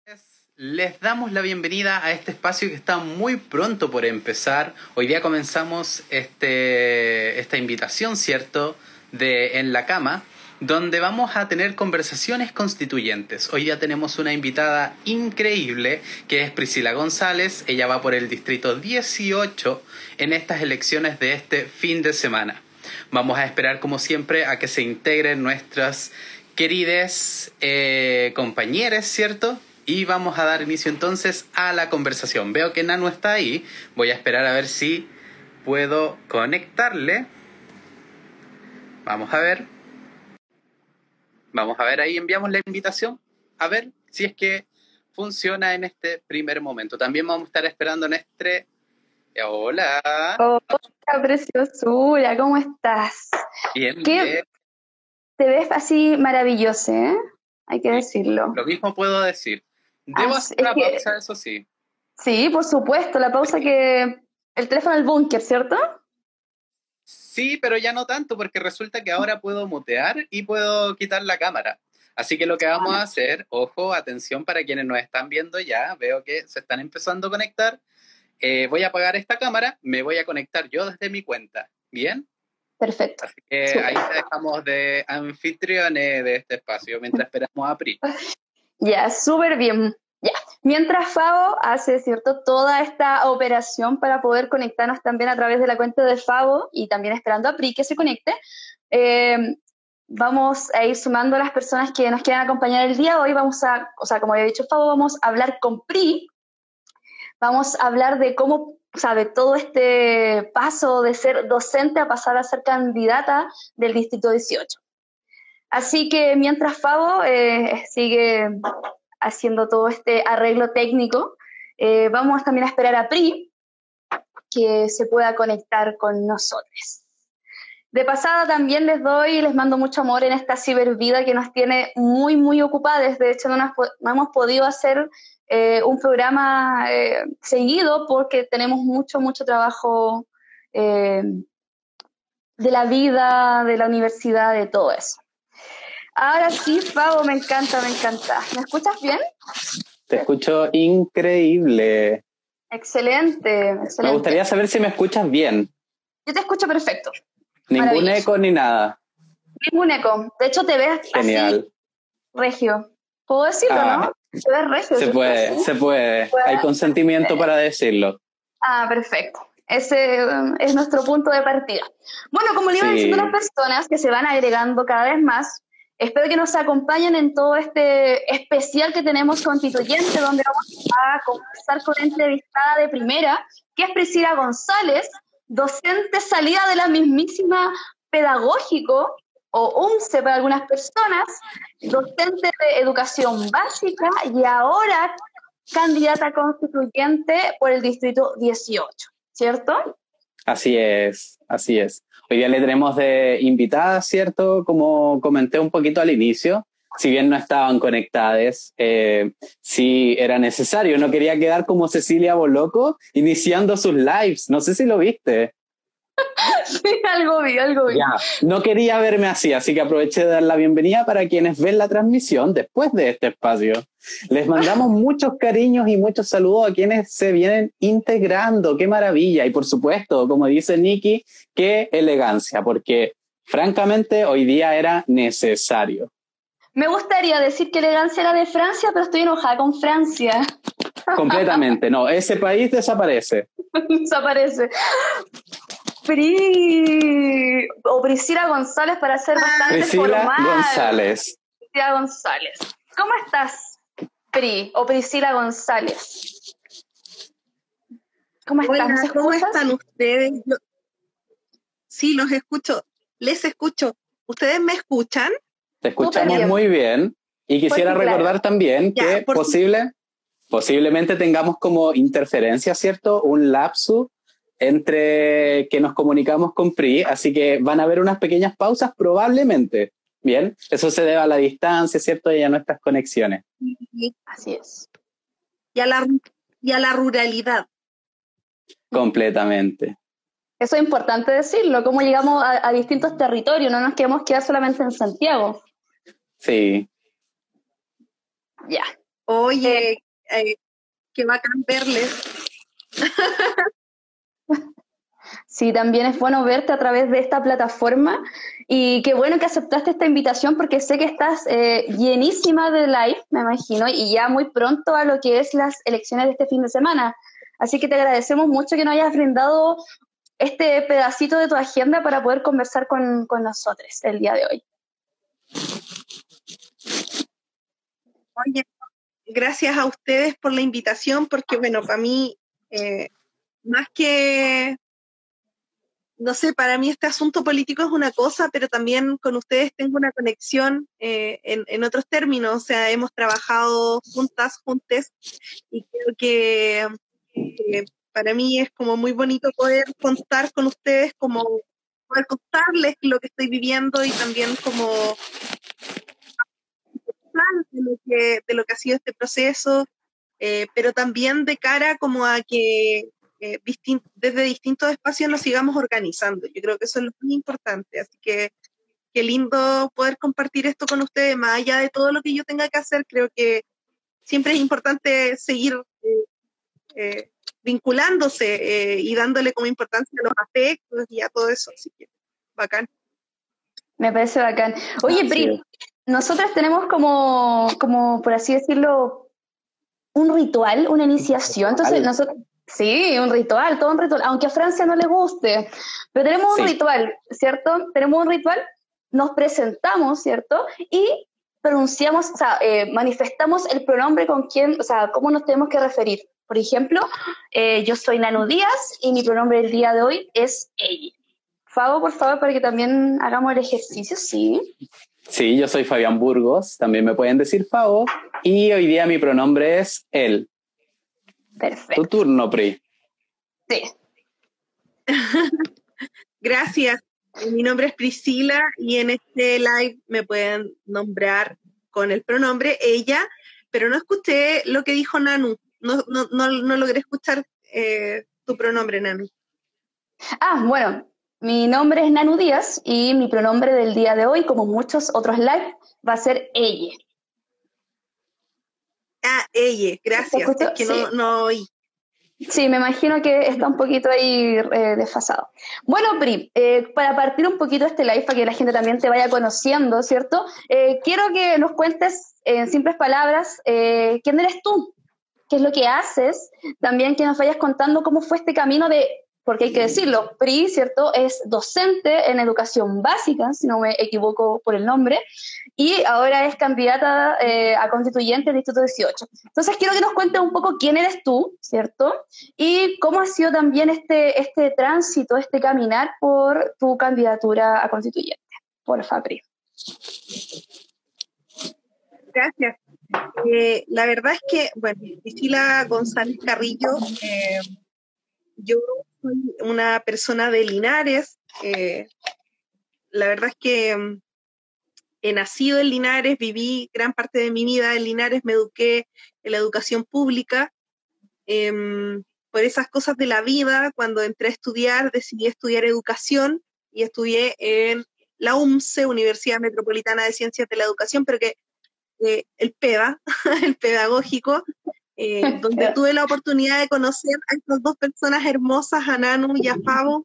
Les damos la bienvenida a este espacio que está muy pronto por empezar. Hoy día comenzamos esta invitación, ¿cierto?, de En la Cama, donde vamos a tener conversaciones constituyentes. Hoy día tenemos una invitada increíble, que es Priscila González. Ella va por el distrito 18 en estas elecciones de este fin de semana. Vamos a esperar, como siempre, a que se integren nuestras queridas compañeras, ¿cierto? Y vamos a dar inicio entonces a la conversación. Veo que Nano está ahí. Voy a esperar a ver si puedo conectarle. Vamos a ver. Vamos a ver, ahí enviamos la invitación. A ver si es que funciona en este primer momento. También vamos a estar esperando Hola. Hola, preciosura, ¿cómo estás? Bien, ¿Qué? bien. Te ves así maravilloso, ¿eh? Hay que decirlo. Lo mismo puedo decir. Debo hacer la pausa, eso sí. Sí, por supuesto, la pausa que... El teléfono al búnker, ¿cierto? Sí, pero ya no tanto, porque resulta que ahora puedo mutear y puedo quitar la cámara. Así que lo que vamos a hacer, ojo, atención para quienes nos están viendo ya, veo que se están empezando a conectar. Voy a apagar esta cámara, me voy a conectar yo desde mi cuenta. ¿Bien? Perfecto. Así que Súper. ahí te dejamos de anfitriones de este espacio mientras esperamos a Pri. Ya, súper bien. Ya. Mientras Fabo hace, ¿cierto?, toda esta operación para poder conectarnos también a través de la cuenta de Fabo y también esperando a Pri que se conecte, vamos a ir sumando a las personas que nos quieran acompañar el día. Hoy vamos a, como había dicho Fabo, vamos a hablar con Pri. Vamos a hablar de cómo, de todo este paso de ser docente a pasar a ser candidata del Distrito 18. Así que mientras Fabo sigue haciendo todo este arreglo técnico, vamos también a esperar a Pri que se pueda conectar con nosotros. De pasada también les mando mucho amor en esta cibervida que nos tiene muy, muy ocupadas. De hecho, no hemos podido hacer un programa seguido porque tenemos mucho trabajo de la vida, de la universidad, de todo eso. Ahora sí, Fabo, me encanta. ¿Me escuchas bien? Te escucho increíble. Excelente. Me gustaría saber si me escuchas bien. Yo te escucho perfecto. Ningún eco ni nada. Ningún eco. De hecho, te ves genial. Así, regio. ¿Puedo decirlo, no? Te ves regio. Se puede. Hay consentimiento para decirlo. Perfecto. Ese es nuestro punto de partida. Bueno, como le iba diciendo a las personas que se van agregando cada vez más, espero que nos acompañen en todo este especial que tenemos constituyente, donde vamos a conversar con la entrevistada de primera, que es Priscila González, docente salida de la mismísima pedagógico, o UNCE para algunas personas, docente de educación básica y ahora candidata constituyente por el Distrito 18, ¿cierto? Así es. Hoy día le tenemos de invitada, ¿cierto? Como comenté un poquito al inicio, si bien no estaban conectadas, sí era necesario. No quería quedar como Cecilia Boloco iniciando sus lives. No sé si lo viste. Sí, algo vi. Ya, no quería verme así que aproveché de dar la bienvenida para quienes ven la transmisión después de este espacio. Les mandamos muchos cariños y muchos saludos a quienes se vienen integrando. ¡Qué maravilla! Y por supuesto, como dice Nikki, qué elegancia, porque francamente hoy día era necesario. Me gustaría decir que elegancia era de Francia, pero estoy enojada con Francia. Completamente, no, ese país desaparece. Desaparece. Priscila González para ser bastante formal. Priscila González. ¿Cómo estás, Pri o Priscila González? ¿Cómo estás? Hola, ¿cómo están ustedes? Sí, los escucho, les escucho. ¿Ustedes me escuchan? Te escuchamos muy bien y quisiera recordar también que posiblemente tengamos como interferencia, ¿cierto? Un lapsus entre que nos comunicamos con Pri, así que van a haber unas pequeñas pausas probablemente. Bien, eso se debe a la distancia, ¿cierto? Y a nuestras conexiones. Sí, así es. Y a la ruralidad. Completamente. Eso es importante decirlo, cómo llegamos a distintos territorios, no nos queremos quedar solamente en Santiago. Sí. Ya. Oye, qué bacán verles. Sí, también es bueno verte a través de esta plataforma y qué bueno que aceptaste esta invitación porque sé que estás llenísima de live, me imagino, y ya muy pronto a lo que es las elecciones de este fin de semana. Así que te agradecemos mucho que nos hayas brindado este pedacito de tu agenda para poder conversar con nosotros el día de hoy. Oye, gracias a ustedes por la invitación, porque bueno, para mí, más que, no sé, para mí este asunto político es una cosa, pero también con ustedes tengo una conexión en otros términos, o sea, hemos trabajado juntes, y creo que para mí es como muy bonito poder contar con ustedes, como poder contarles lo que estoy viviendo y también como de lo que ha sido este proceso, pero también de cara como a que desde distintos espacios nos sigamos organizando. Yo creo que eso es lo muy importante, así que qué lindo poder compartir esto con ustedes, más allá de todo lo que yo tenga que hacer. Creo que siempre es importante seguir vinculándose y dándole como importancia a los afectos y a todo eso, así que bacán. Me parece bacán. Oye, Pri, nosotras tenemos como, por así decirlo, un ritual, una iniciación. Entonces, nosotros, sí, un ritual, todo un ritual, aunque a Francia no le guste, pero tenemos un ritual, ¿cierto? Tenemos un ritual, nos presentamos, ¿cierto? Y pronunciamos, o sea, manifestamos el pronombre con quién, o sea, cómo nos tenemos que referir. Por ejemplo, yo soy Nanu Díaz y mi pronombre del día de hoy es ella. Fabo, por favor, para que también hagamos el ejercicio, sí. Sí, yo soy Fabián Burgos, también me pueden decir Fabo, y hoy día mi pronombre es él. Perfecto. Tu turno, Pri. Sí. Gracias. Mi nombre es Priscila y en este live me pueden nombrar con el pronombre ella, pero no escuché lo que dijo Nanu. No logré escuchar tu pronombre, Nanu. Bueno, mi nombre es Nanu Díaz y mi pronombre del día de hoy, como muchos otros live, va a ser ella. Ella, gracias. Es que sí. no oí. Sí, me imagino que está un poquito ahí desfasado. Bueno, Pri, para partir un poquito este live, para que la gente también te vaya conociendo, ¿cierto? Quiero que nos cuentes en simples palabras quién eres tú, qué es lo que haces, también que nos vayas contando cómo fue este camino de, porque hay que decirlo, Pri, ¿cierto? Es docente en educación básica, si no me equivoco por el nombre, y ahora es candidata a constituyente del Distrito 18. Entonces quiero que nos cuentes un poco quién eres tú, ¿cierto? Y cómo ha sido también este tránsito, este caminar por tu candidatura a constituyente. Porfa, Pri. Gracias. La verdad es que, bueno, Priscila González Carrillo, yo soy una persona de Linares. La verdad es que he nacido en Linares, viví gran parte de mi vida en Linares, me eduqué en la educación pública. Por esas cosas de la vida, cuando entré a estudiar, decidí estudiar educación y estudié en la UMCE, Universidad Metropolitana de Ciencias de la Educación, pero que el PEDA, el pedagógico, donde tuve la oportunidad de conocer a estas dos personas hermosas, a Nanu y a Fabo,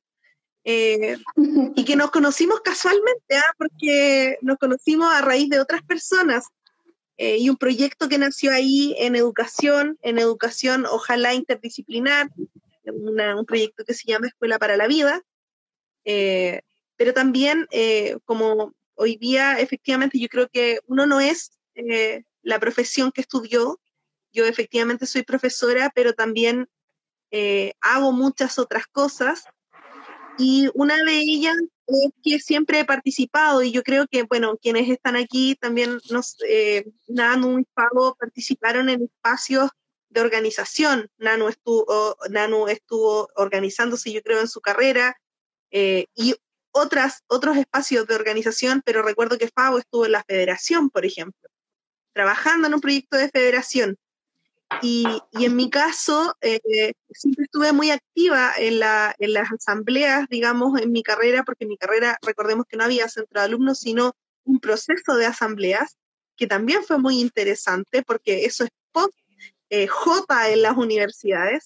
y que nos conocimos casualmente, porque nos conocimos a raíz de otras personas, y un proyecto que nació ahí en educación ojalá interdisciplinar, un proyecto que se llama Escuela para la Vida, pero también como hoy día efectivamente yo creo que uno no es la profesión que estudió. Yo efectivamente soy profesora, pero también hago muchas otras cosas, y una de ellas es que siempre he participado, y yo creo que, bueno, quienes están aquí también, Nanu y Fabo participaron en espacios de organización. Nanu estuvo organizándose, yo creo, en su carrera, y otros espacios de organización, pero recuerdo que Fabo estuvo en la federación, por ejemplo, trabajando en un proyecto de federación. Y en mi caso, siempre estuve muy activa en las asambleas, digamos, en mi carrera, porque en mi carrera, recordemos que no había centro de alumnos, sino un proceso de asambleas que también fue muy interesante, porque eso es post J en las universidades.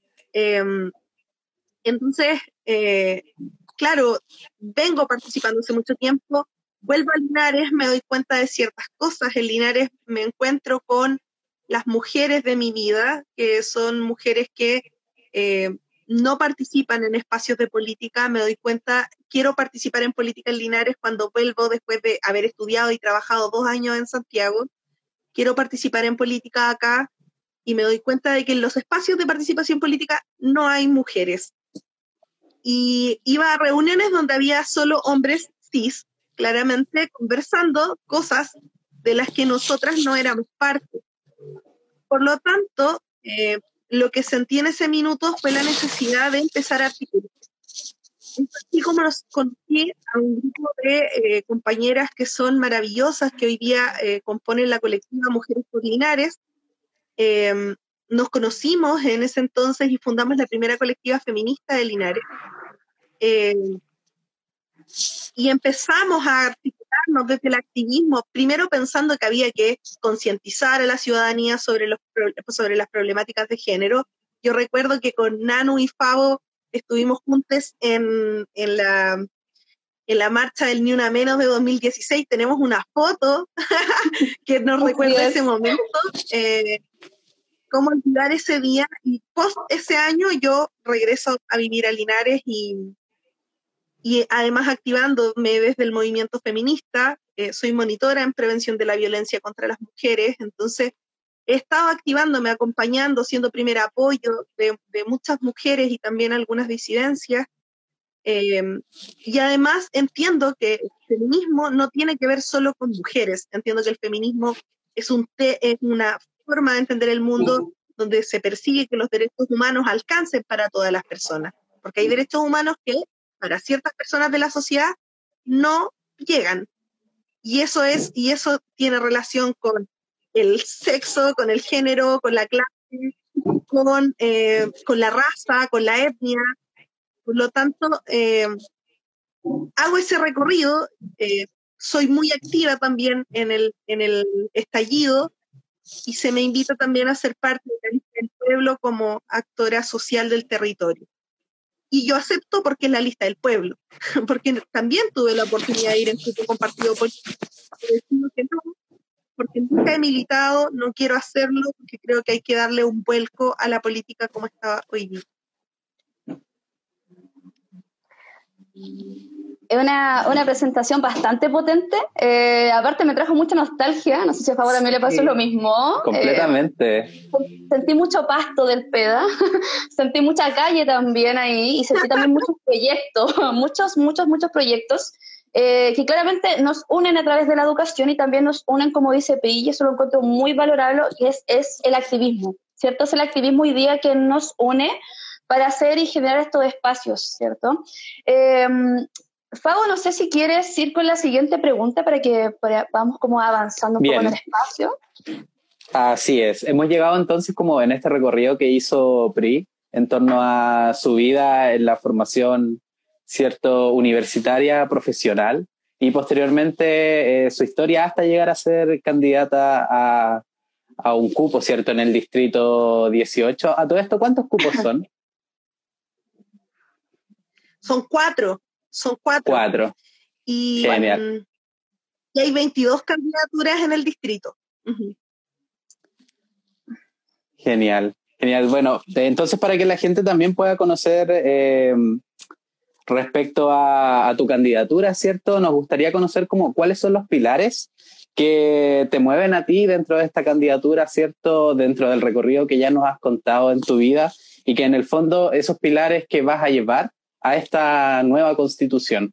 Entonces, claro, vengo participando hace mucho tiempo, vuelvo a Linares, me doy cuenta de ciertas cosas. En Linares me encuentro con las mujeres de mi vida, que son mujeres que no participan en espacios de política. Me doy cuenta, quiero participar en política en Linares cuando vuelvo después de haber estudiado y trabajado 2 años en Santiago. Quiero participar en política acá y me doy cuenta de que en los espacios de participación política no hay mujeres. Y iba a reuniones donde había solo hombres cis, claramente conversando cosas de las que nosotras no éramos parte. Por lo tanto, lo que sentí en ese minuto fue la necesidad de empezar a articular. Así como nos conocí a un grupo de compañeras que son maravillosas, que hoy día componen la colectiva Mujeres por Linares. Nos conocimos en ese entonces y fundamos la primera colectiva feminista de Linares. Y empezamos a articularnos desde el activismo, primero pensando que había que concientizar a la ciudadanía sobre las problemáticas de género. Yo recuerdo que con Nanu y Fabo estuvimos juntos en la marcha del Ni Una Menos de 2016. Tenemos una foto que nos recuerda ese momento. Cómo olvidar ese día. Y post ese año yo regreso a vivir a Linares y además activándome desde el movimiento feminista. Soy monitora en prevención de la violencia contra las mujeres, entonces he estado activándome, acompañando, siendo primer apoyo de muchas mujeres y también algunas disidencias. Y además entiendo que el feminismo no tiene que ver solo con mujeres. Entiendo que el feminismo es una forma de entender el mundo donde se persigue que los derechos humanos alcancen para todas las personas, porque hay derechos humanos que para ciertas personas de la sociedad no llegan, y eso tiene relación con el sexo, con el género, con la clase, con la raza, con la etnia. Por lo tanto, hago ese recorrido. Soy muy activa también en el estallido, y se me invita también a ser parte de la lista del pueblo como actora social del territorio. Y yo acepto porque es la lista del pueblo, porque también tuve la oportunidad de ir en grupo con partido político. Decido que no, porque nunca he militado, no quiero hacerlo, porque creo que hay que darle un vuelco a la política como está hoy día. Es una presentación bastante potente. Aparte me trajo mucha nostalgia. No sé si a Fabo también le pasó lo mismo. Completamente. Sentí mucho pasto del PEDA. Sentí mucha calle también ahí. Y sentí también muchos proyectos. muchos proyectos que claramente nos unen a través de la educación y también nos unen, como dice Pi, y eso lo encuentro muy valorable, que es el activismo, ¿cierto? Es el activismo hoy día que nos une para hacer y generar estos espacios, ¿cierto? Fabo, no sé si quieres ir con la siguiente pregunta para que vamos como avanzando un poco en el espacio. Así es. Hemos llegado entonces como en este recorrido que hizo Pri en torno a su vida en la formación, cierto, universitaria, profesional, y posteriormente su historia hasta llegar a ser candidata a un cupo, ¿cierto?, en el distrito 18. A todo esto, ¿cuántos cupos son? Son 4. Son 4. Y, genial. Y hay 22 candidaturas en el distrito. Uh-huh. Genial. Bueno, entonces para que la gente también pueda conocer respecto a tu candidatura, ¿cierto? Nos gustaría conocer cuáles son los pilares que te mueven a ti dentro de esta candidatura, ¿cierto? Dentro del recorrido que ya nos has contado en tu vida, y que en el fondo esos pilares que vas a llevar a esta nueva constitución.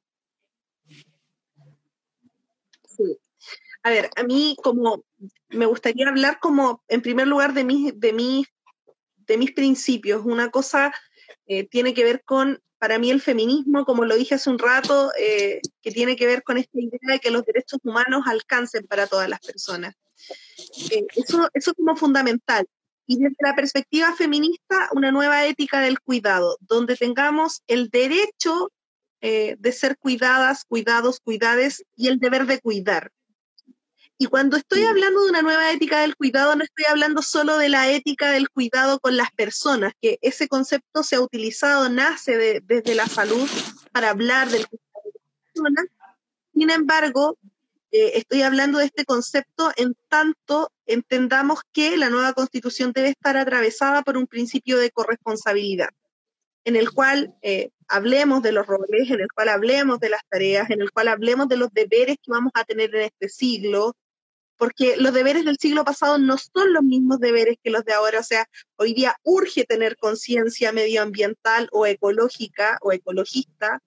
Sí. A ver, a mí me gustaría hablar en primer lugar de mis principios. Una cosa tiene que ver con, para mí, el feminismo, como lo dije hace un rato, que tiene que ver con esta idea de que los derechos humanos alcancen para todas las personas. Eso como fundamental. Y desde la perspectiva feminista, una nueva ética del cuidado, donde tengamos el derecho de ser cuidadas, cuidados, cuidades, y el deber de cuidar. Y cuando estoy hablando de una nueva ética del cuidado, no estoy hablando solo de la ética del cuidado con las personas, que ese concepto se ha utilizado, nace desde la salud para hablar del cuidado de las personas. Sin embargo, estoy hablando de este concepto en tanto entendamos que la nueva Constitución debe estar atravesada por un principio de corresponsabilidad, en el cual hablemos de los roles, en el cual hablemos de las tareas, en el cual hablemos de los deberes que vamos a tener en este siglo, porque los deberes del siglo pasado no son los mismos deberes que los de ahora. O sea, hoy día urge tener conciencia medioambiental o ecológica o ecologista.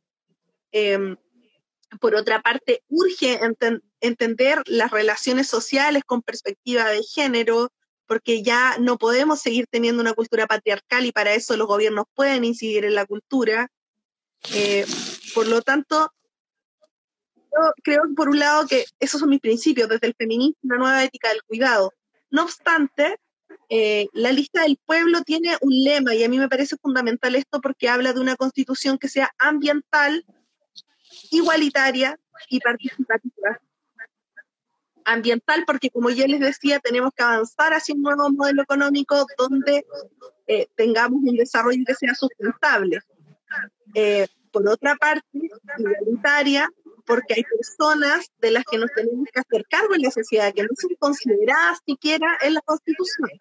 Por otra parte, urge entender las relaciones sociales con perspectiva de género, porque ya no podemos seguir teniendo una cultura patriarcal y para eso los gobiernos pueden incidir en la cultura. Por lo tanto, yo creo, por un lado, que esos son mis principios desde el feminismo, una nueva ética del cuidado. No obstante, la lista del pueblo tiene un lema, y a mí me parece fundamental esto porque habla de una constitución que sea ambiental, igualitaria y participativa. Ambiental porque, como ya les decía, tenemos que avanzar hacia un nuevo modelo económico donde tengamos un desarrollo que sea sustentable. Por otra parte, igualitaria, porque hay personas de las que nos tenemos que hacer cargo en la sociedad que no son consideradas siquiera en la Constitución.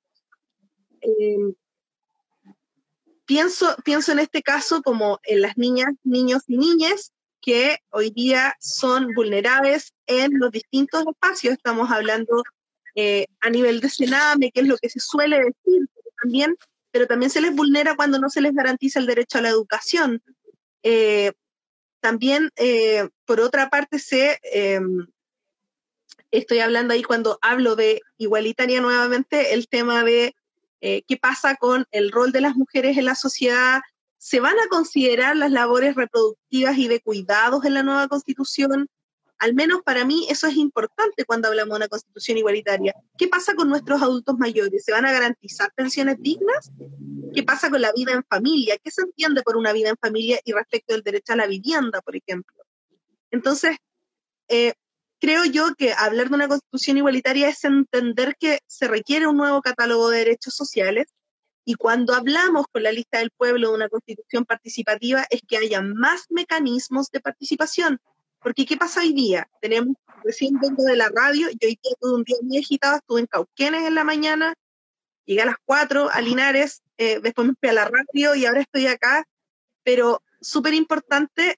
Pienso en este caso como en las niñas, niños y niñas que hoy día son vulnerables en los distintos espacios. Estamos hablando a nivel de Sename, que es lo que se suele decir, pero también se les vulnera cuando no se les garantiza el derecho a la educación. También, por otra parte, estoy hablando ahí cuando hablo de igualitaria nuevamente, el tema de qué pasa con el rol de las mujeres en la sociedad. ¿Se van a considerar las labores reproductivas y de cuidados en la nueva Constitución? Al menos para mí eso es importante cuando hablamos de una Constitución igualitaria. ¿Qué pasa con nuestros adultos mayores? ¿Se van a garantizar pensiones dignas? ¿Qué pasa con la vida en familia? ¿Qué se entiende por una vida en familia y respecto del derecho a la vivienda, por ejemplo? Entonces, creo yo que hablar de una Constitución igualitaria es entender que se requiere un nuevo catálogo de derechos sociales. Y cuando hablamos con la lista del pueblo de una constitución participativa es que haya más mecanismos de participación. Porque ¿qué pasa hoy día? Recién vengo de la radio, yo hoy día tuve un día muy agitado, estuve en Cauquenes en la mañana, llegué a las 4 a Linares, después me fui a la radio y ahora estoy acá. Pero súper importante,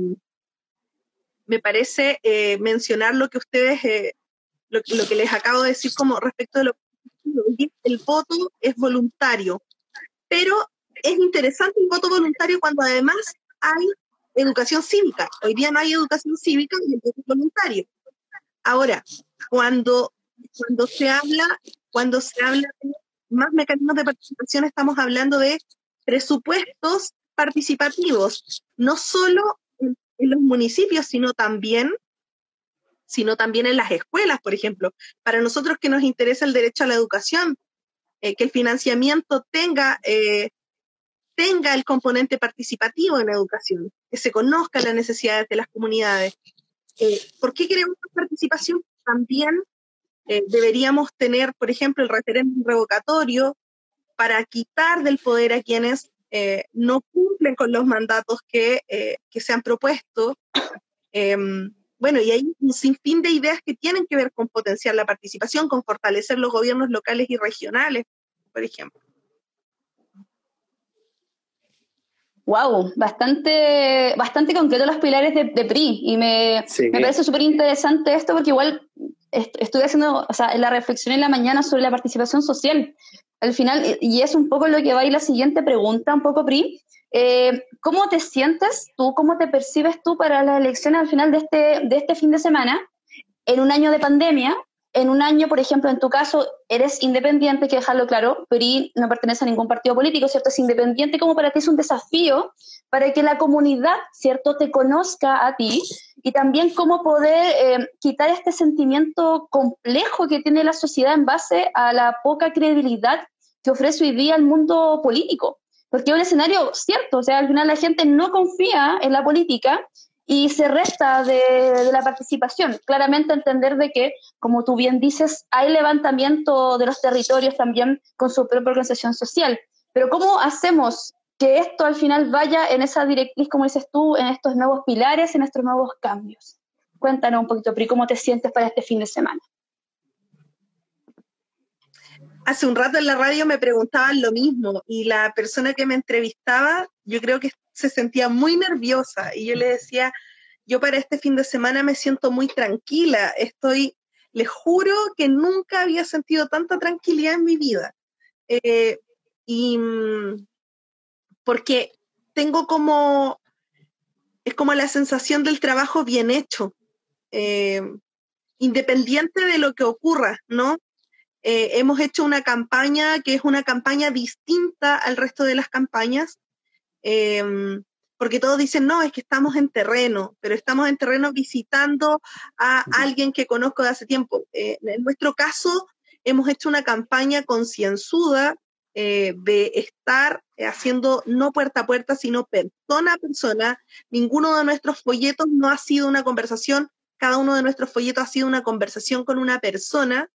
me parece mencionar lo que ustedes, lo que les acabo de decir como respecto de lo el voto es voluntario, pero es interesante el voto voluntario cuando además hay educación cívica. Hoy día no hay educación cívica y el voto es voluntario. Ahora, cuando se habla de más mecanismos de participación, estamos hablando de presupuestos participativos, no solo en los municipios, sino también en las escuelas, por ejemplo. Para nosotros que nos interesa el derecho a la educación, que el financiamiento tenga el componente participativo en la educación, que se conozcan las necesidades de las comunidades. ¿Por qué queremos más participación? También deberíamos tener, por ejemplo, el referéndum revocatorio para quitar del poder a quienes no cumplen con los mandatos que se han propuesto. Bueno, y hay un sinfín de ideas que tienen que ver con potenciar la participación, con fortalecer los gobiernos locales y regionales, por ejemplo. Wow, bastante concreto los pilares de PRI, y me parece súper interesante esto porque igual estuve haciendo, la reflexión en la mañana sobre la participación social. Al final, y es un poco lo que va a ir la siguiente pregunta, un poco PRI, ¿cómo te sientes tú, cómo te percibes tú para las elecciones al final de este fin de semana, en un año de pandemia, en un año, por ejemplo, en tu caso, eres independiente, hay que dejarlo claro, PRI no pertenece a ningún partido político, ¿cierto? Es independiente, como para ti es un desafío para que la comunidad, ¿cierto?, te conozca a ti, y también cómo poder quitar este sentimiento complejo que tiene la sociedad en base a la poca credibilidad que ofrece hoy día el mundo político. Porque es un escenario cierto, al final la gente no confía en la política, y se resta de la participación. Claramente entender de que, como tú bien dices, hay levantamiento de los territorios también con su propia organización social. Pero ¿cómo hacemos que esto al final vaya en esa directriz, como dices tú, en estos nuevos pilares, en estos nuevos cambios? Cuéntanos un poquito, Pri, ¿cómo te sientes para este fin de semana? Hace un rato en la radio me preguntaban lo mismo y la persona que me entrevistaba, yo creo que se sentía muy nerviosa y yo le decía, yo para este fin de semana me siento muy tranquila, les juro que nunca había sentido tanta tranquilidad en mi vida. Y porque tengo es como la sensación del trabajo bien hecho, independiente de lo que ocurra, ¿no? Hemos hecho una campaña que es una campaña distinta al resto de las campañas, porque todos dicen, no, es que estamos en terreno, pero estamos en terreno visitando a alguien que conozco de hace tiempo. En nuestro caso, hemos hecho una campaña concienzuda de estar haciendo no puerta a puerta, sino persona a persona. Ninguno de nuestros folletos no ha sido una conversación, cada uno de nuestros folletos ha sido una conversación con una persona,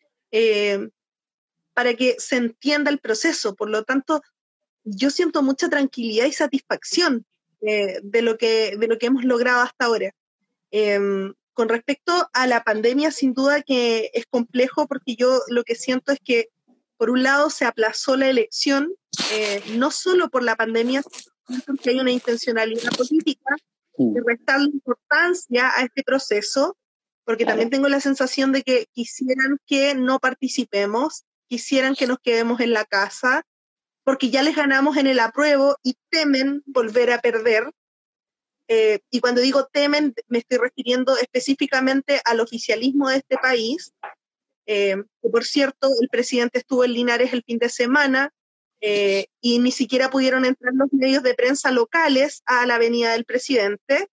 para que se entienda el proceso. Por lo tanto, yo siento mucha tranquilidad y satisfacción de lo que hemos logrado hasta ahora. Con respecto a la pandemia, sin duda que es complejo, porque yo lo que siento es que, por un lado, se aplazó la elección, no solo por la pandemia, sino porque hay una intencionalidad política de restar importancia a este proceso, porque también tengo la sensación de que quisieran que no participemos, quisieran que nos quedemos en la casa, porque ya les ganamos en el apruebo y temen volver a perder. Y cuando digo temen, me estoy refiriendo específicamente al oficialismo de este país, que por cierto, el presidente estuvo en Linares el fin de semana, y ni siquiera pudieron entrar los medios de prensa locales a la avenida del presidente,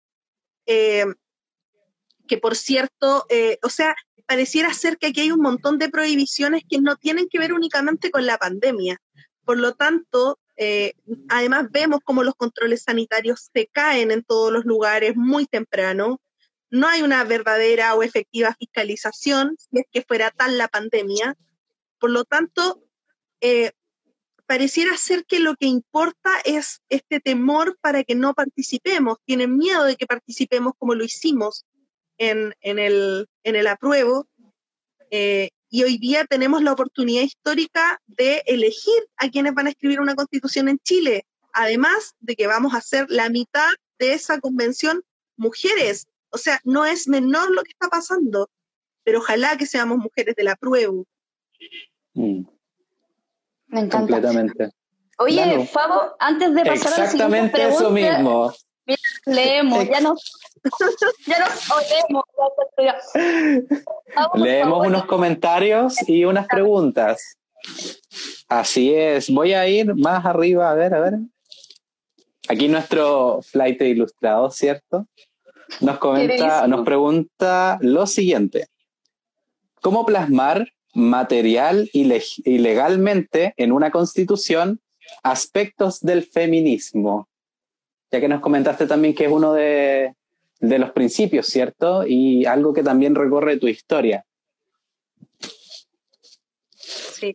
que por cierto, o sea, pareciera ser que aquí hay un montón de prohibiciones que no tienen que ver únicamente con la pandemia. Por lo tanto, además vemos cómo los controles sanitarios se caen en todos los lugares muy temprano. No hay una verdadera o efectiva fiscalización, si es que fuera tal la pandemia. Por lo tanto, pareciera ser que lo que importa es este temor para que no participemos. Tienen miedo de que participemos como lo hicimos en el apruebo, y hoy día tenemos la oportunidad histórica de elegir a quienes van a escribir una constitución en Chile, además de que vamos a ser la mitad de esa convención mujeres. O sea, no es menor lo que está pasando, pero ojalá que seamos mujeres del apruebo. Me encanta. Completamente. Oye, Claro. Fabo, antes de pasar a la siguiente Exactamente pregunta, eso mismo. mira, leemos, ya nos olemos. Leemos unos comentarios y unas preguntas. Así es. Voy a ir más arriba, a ver. Aquí nuestro flight de ilustrados, ¿cierto? Nos pregunta lo siguiente. ¿Cómo plasmar material y legalmente en una constitución aspectos del feminismo? Ya que nos comentaste también que es uno de los principios, ¿cierto? Y algo que también recorre tu historia. Sí.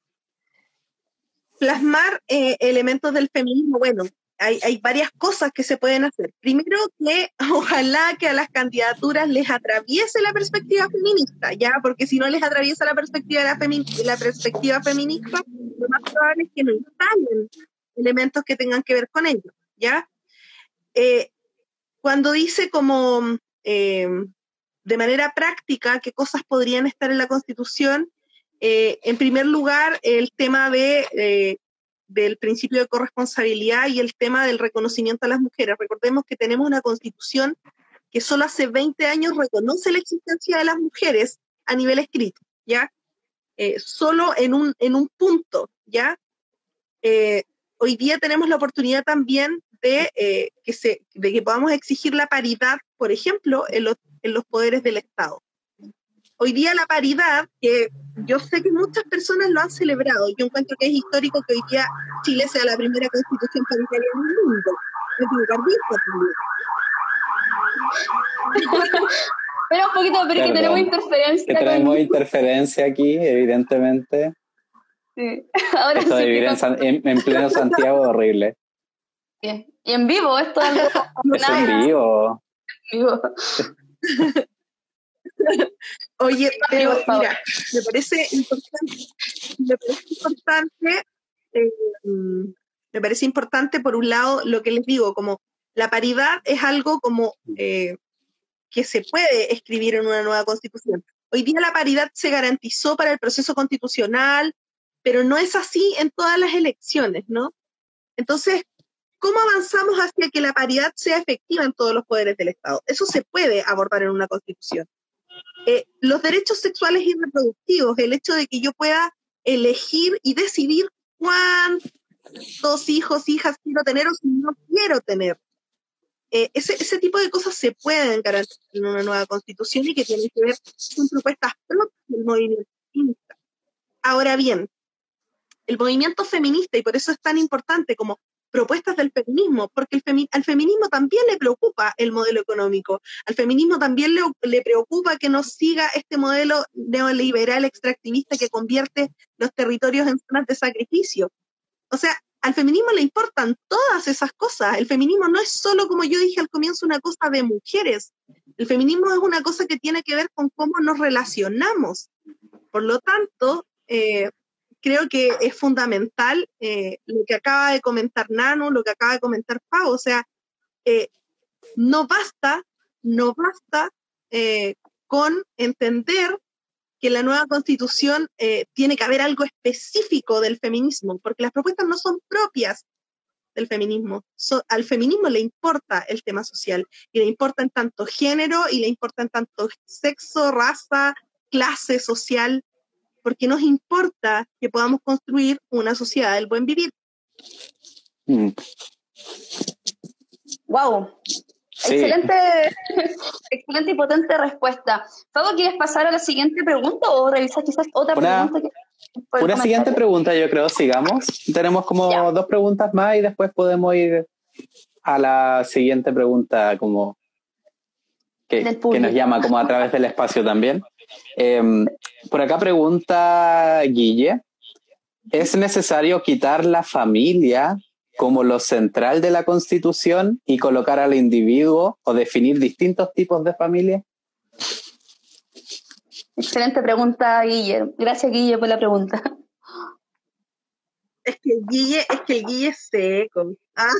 Plasmar elementos del feminismo, bueno, hay varias cosas que se pueden hacer. Primero, que ojalá que a las candidaturas les atraviese la perspectiva feminista, ¿ya? Porque si no les atraviesa la perspectiva la perspectiva feminista, lo más probable es que no instalen elementos que tengan que ver con ello, ¿ya? Cuando dice como de manera práctica qué cosas podrían estar en la Constitución, en primer lugar, el tema del principio de corresponsabilidad y el tema del reconocimiento a las mujeres. Recordemos que tenemos una Constitución que solo hace 20 años reconoce la existencia de las mujeres a nivel escrito, ¿ya? Solo en un punto, ¿ya? Hoy día tenemos la oportunidad también de que podamos exigir la paridad, por ejemplo, en los poderes del Estado. Hoy día la paridad, que yo sé que muchas personas lo han celebrado, yo encuentro que es histórico que hoy día Chile sea la primera constitución paritaria del mundo, es vanguardista también. Espera un poquito, pero es que tenemos interferencia. Que tenemos interferencia aquí, evidentemente. Sí. Ahora esto de vivir en pleno Santiago es horrible. Bien. Y en vivo, esto es algo... Es en vivo. Oye, pero mira, me parece importante por un lado lo que les digo, como la paridad es algo como que se puede escribir en una nueva constitución. Hoy día la paridad se garantizó para el proceso constitucional, pero no es así en todas las elecciones, ¿no? Entonces, ¿cómo avanzamos hacia que la paridad sea efectiva en todos los poderes del Estado? Eso se puede abordar en una constitución. Los derechos sexuales y reproductivos, el hecho de que yo pueda elegir y decidir cuántos hijos, hijas quiero tener o si no quiero tener. Ese tipo de cosas se pueden garantizar en una nueva constitución y que tienen que ver con propuestas propias del movimiento feminista. Ahora bien, el movimiento feminista, y por eso es tan importante como propuestas del feminismo, porque al feminismo también le preocupa el modelo económico, al feminismo también le preocupa que no siga este modelo neoliberal extractivista que convierte los territorios en zonas de sacrificio. O sea, al feminismo le importan todas esas cosas. El feminismo no es solo, como yo dije al comienzo, una cosa de mujeres. El feminismo es una cosa que tiene que ver con cómo nos relacionamos. Por lo tanto, creo que es fundamental lo que acaba de comentar Nano, lo que acaba de comentar Pau. O sea, no basta con entender que en la nueva constitución tiene que haber algo específico del feminismo, porque las propuestas no son propias del feminismo. Al feminismo le importa el tema social, y le importa en tanto género, y le importa en tanto sexo, raza, clase social, porque nos importa que podamos construir una sociedad del buen vivir. Wow. Sí. Excelente y potente respuesta. Fabo, ¿quieres pasar a la siguiente pregunta o revisar quizás otra pregunta? Una siguiente pregunta, yo creo, sigamos. Tenemos como 2 preguntas más y después podemos ir a la siguiente pregunta como que nos llama como a través del espacio también. Por acá pregunta Guille, ¿es necesario quitar la familia como lo central de la Constitución y colocar al individuo o definir distintos tipos de familia? Excelente pregunta, Guille. Gracias, Guille, por la pregunta. Es que el Guille es seco.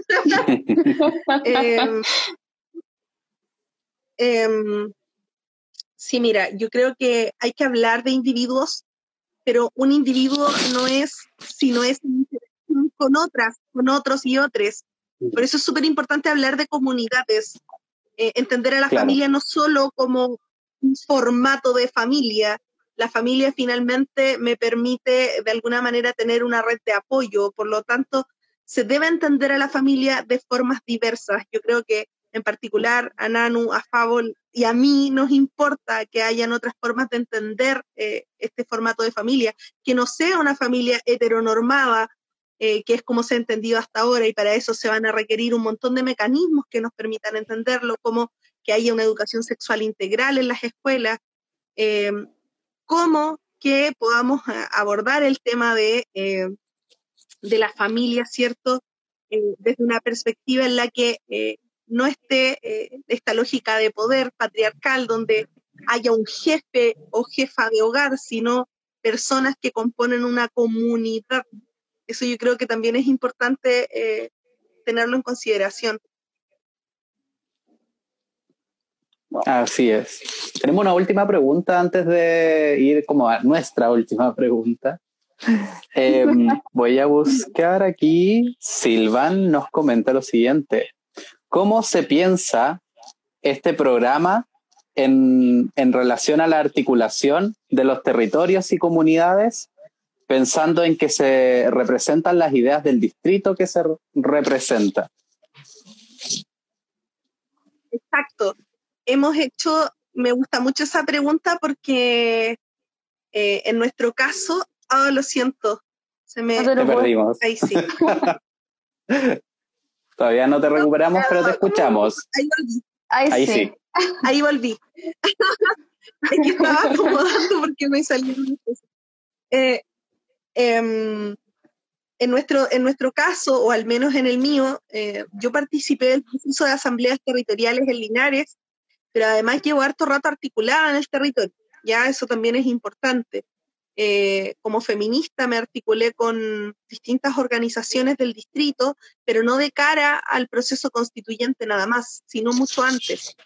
Sí, mira, yo creo que hay que hablar de individuos, pero un individuo no es si no es con otros y otros. Por eso es súper importante hablar de comunidades, entender a la familia no solo como un formato de familia. La familia finalmente me permite de alguna manera tener una red de apoyo, por lo tanto se debe entender a la familia de formas diversas. Yo creo que en particular a Nanu, a Fabol y a mí nos importa que hayan otras formas de entender este formato de familia, que no sea una familia heteronormada, que es como se ha entendido hasta ahora, y para eso se van a requerir un montón de mecanismos que nos permitan entenderlo, como que haya una educación sexual integral en las escuelas, como que podamos abordar el tema de la familia, ¿cierto? Desde una perspectiva en la que no esté esta lógica de poder patriarcal, donde haya un jefe o jefa de hogar, sino personas que componen una comunidad. Eso yo creo que también es importante tenerlo en consideración. Así es. Tenemos una última pregunta antes de ir como a nuestra última pregunta. Voy a buscar aquí. Silvan nos comenta lo siguiente. ¿Cómo se piensa este programa en relación a la articulación de los territorios y comunidades, pensando en que se representan las ideas del distrito que se representa? Exacto. Me gusta mucho esa pregunta porque en nuestro caso, lo siento, te perdimos. Ahí sí. Todavía no te recuperamos, pero te escuchamos. Ahí sí. Ahí volví. Es que estaba acomodando porque me salieron unas cosas. En nuestro caso, o al menos en el mío, yo participé del proceso de asambleas territoriales en Linares, pero además llevo harto rato articulada en el territorio. Ya eso también es importante. Como feminista me articulé con distintas organizaciones del distrito, pero no de cara al proceso constituyente nada más, sino mucho antes.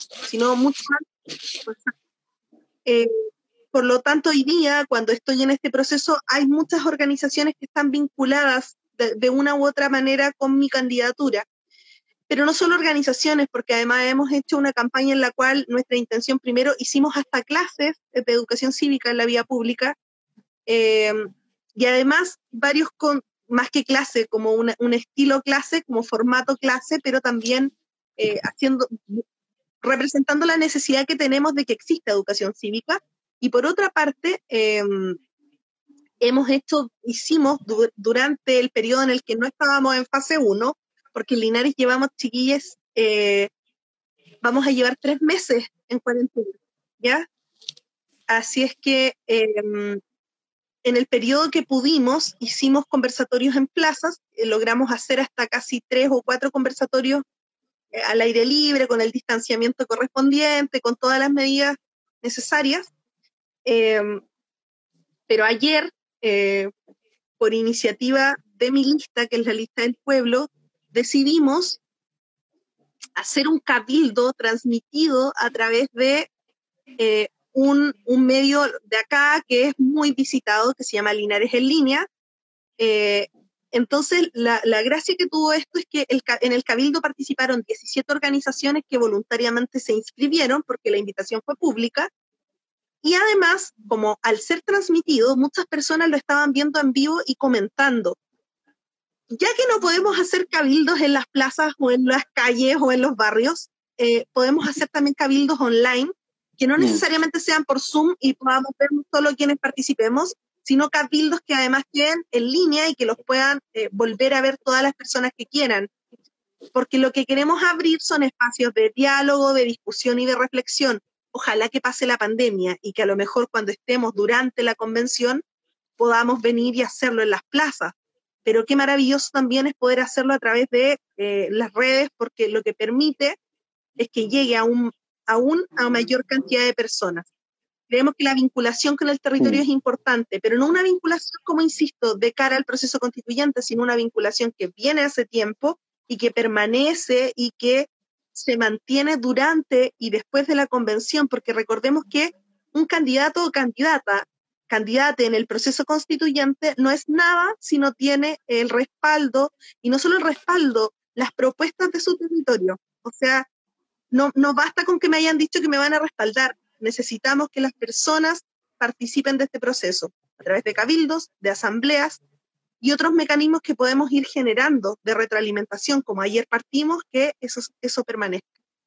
Por lo tanto, hoy día, cuando estoy en este proceso, hay muchas organizaciones que están vinculadas de una u otra manera con mi candidatura. Pero no solo organizaciones, porque además hemos hecho una campaña en la cual nuestra intención, primero, hicimos hasta clases de educación cívica en la vía pública, y además varios más que clase, como un estilo clase, como formato clase, pero también representando la necesidad que tenemos de que exista educación cívica. Y por otra parte, hicimos durante el periodo en el que no estábamos en fase 1, porque en Linares llevamos, chiquillas, vamos a llevar 3 meses en cuarentena, ¿ya? Así es que en el periodo que pudimos, hicimos conversatorios en plazas, logramos hacer hasta casi 3 o 4 conversatorios al aire libre, con el distanciamiento correspondiente, con todas las medidas necesarias. Pero ayer, por iniciativa de mi lista, que es la lista del pueblo, decidimos hacer un cabildo transmitido a través de un medio de acá que es muy visitado, que se llama Linares en Línea. Entonces, la gracia que tuvo esto es que en el cabildo participaron 17 organizaciones que voluntariamente se inscribieron porque la invitación fue pública. Y además, como al ser transmitido, muchas personas lo estaban viendo en vivo y comentando. Ya que no podemos hacer cabildos en las plazas o en las calles o en los barrios, podemos hacer también cabildos online, que no necesariamente sean por Zoom y podamos ver solo quienes participemos, sino cabildos que además queden en línea y que los puedan volver a ver todas las personas que quieran. Porque lo que queremos abrir son espacios de diálogo, de discusión y de reflexión. Ojalá que pase la pandemia y que a lo mejor cuando estemos durante la convención podamos venir y hacerlo en las plazas. Pero qué maravilloso también es poder hacerlo a través de las redes, porque lo que permite es que llegue a mayor cantidad de personas. Creemos que la vinculación con el territorio es importante, pero no una vinculación, como insisto, de cara al proceso constituyente, sino una vinculación que viene hace tiempo y que permanece y que se mantiene durante y después de la convención, porque recordemos que un candidato o candidate en el proceso constituyente no es nada si no tiene el respaldo, y no solo el respaldo, las propuestas de su territorio. O sea, no basta con que me hayan dicho que me van a respaldar, necesitamos que las personas participen de este proceso, a través de cabildos, de asambleas, y otros mecanismos que podemos ir generando de retroalimentación, como ayer partimos, que eso permanezca.